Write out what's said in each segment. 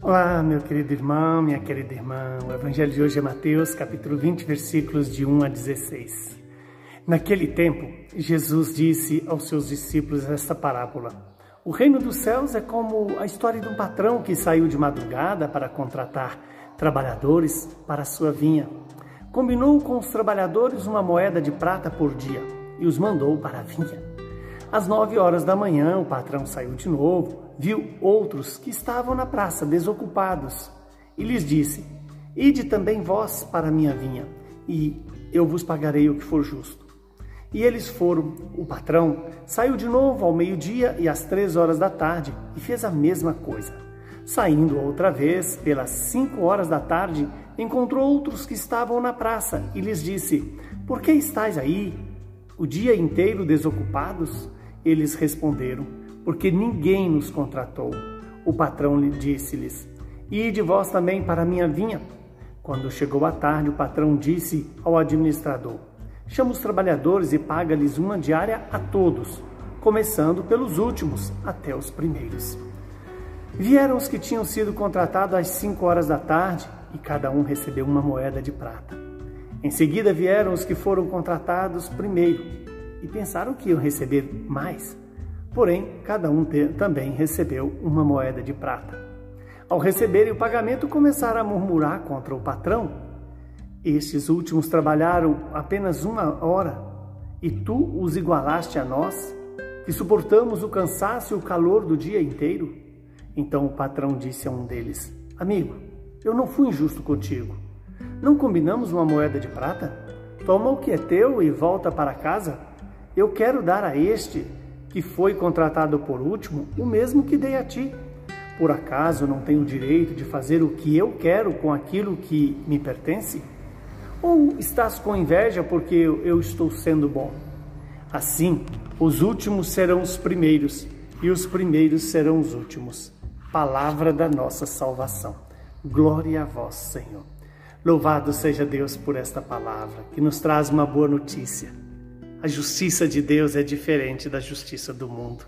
Olá, meu querido irmão, minha querida irmã. O evangelho de hoje é Mateus, capítulo 20, versículos de 1 a 16. Naquele tempo, Jesus disse aos seus discípulos esta parábola. O reino dos céus é como a história de um patrão que saiu de madrugada para contratar trabalhadores para a sua vinha. Combinou com os trabalhadores uma moeda de prata por dia e os mandou para a vinha. Às 9 horas da manhã, o patrão saiu de novo, viu outros que estavam na praça, desocupados, e lhes disse: Ide também vós para a minha vinha, e eu vos pagarei o que for justo. E eles foram. O patrão saiu de novo ao meio-dia e às 3 horas da tarde, e fez a mesma coisa. Saindo outra vez, pelas 5 horas da tarde, encontrou outros que estavam na praça, e lhes disse: Por que estáis aí o dia inteiro desocupados? Eles responderam: Porque ninguém nos contratou. O patrão disse-lhes: Ide vós também para a minha vinha. Quando chegou a tarde, o patrão disse ao administrador: Chama os trabalhadores e paga-lhes uma diária a todos, começando pelos últimos até os primeiros. Vieram os que tinham sido contratados às 5 horas da tarde, e cada um recebeu uma moeda de prata. Em seguida vieram os que foram contratados primeiro, e pensaram que iam receber mais. Porém, cada um também recebeu uma moeda de prata. Ao receberem o pagamento, começaram a murmurar contra o patrão. Estes últimos trabalharam apenas 1 hora, e tu os igualaste a nós, que suportamos o cansaço e o calor do dia inteiro? Então o patrão disse a um deles: Amigo, eu não fui injusto contigo. Não combinamos uma moeda de prata? Toma o que é teu e volta para casa. Eu quero dar a este, que foi contratado por último, o mesmo que dei a ti. Por acaso não tenho o direito de fazer o que eu quero com aquilo que me pertence? Ou estás com inveja porque eu estou sendo bom? Assim, os últimos serão os primeiros, e os primeiros serão os últimos. Palavra da nossa salvação. Glória a vós, Senhor. Louvado seja Deus por esta palavra, que nos traz uma boa notícia. A justiça de Deus é diferente da justiça do mundo.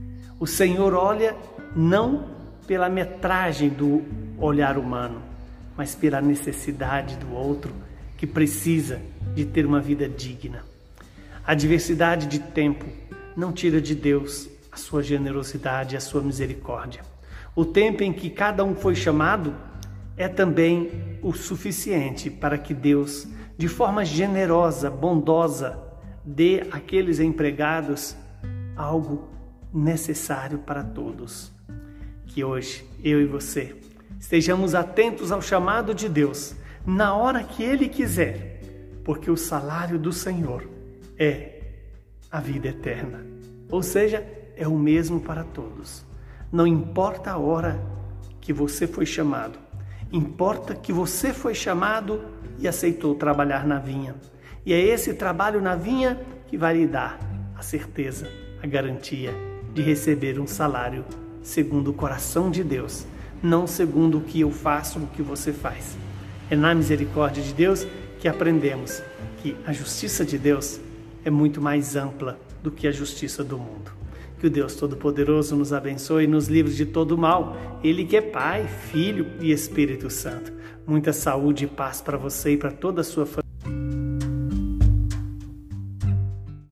O Senhor olha não pela metragem do olhar humano, mas pela necessidade do outro que precisa de ter uma vida digna. A diversidade de tempo não tira de Deus a sua generosidade e a sua misericórdia. O tempo em que cada um foi chamado é também o suficiente para que Deus, de forma generosa, bondosa, dê àqueles empregados algo necessário para todos. Que hoje, eu e você, estejamos atentos ao chamado de Deus, na hora que Ele quiser, porque o salário do Senhor é a vida eterna. Ou seja, é o mesmo para todos. Não importa a hora que você foi chamado, importa que você foi chamado e aceitou trabalhar na vinha. E é esse trabalho na vinha que vai lhe dar a certeza, a garantia de receber um salário segundo o coração de Deus, não segundo o que eu faço, o que você faz. É na misericórdia de Deus que aprendemos que a justiça de Deus é muito mais ampla do que a justiça do mundo. Que o Deus Todo-Poderoso nos abençoe e nos livre de todo o mal. Ele que é Pai, Filho e Espírito Santo. Muita saúde e paz para você e para toda a sua família.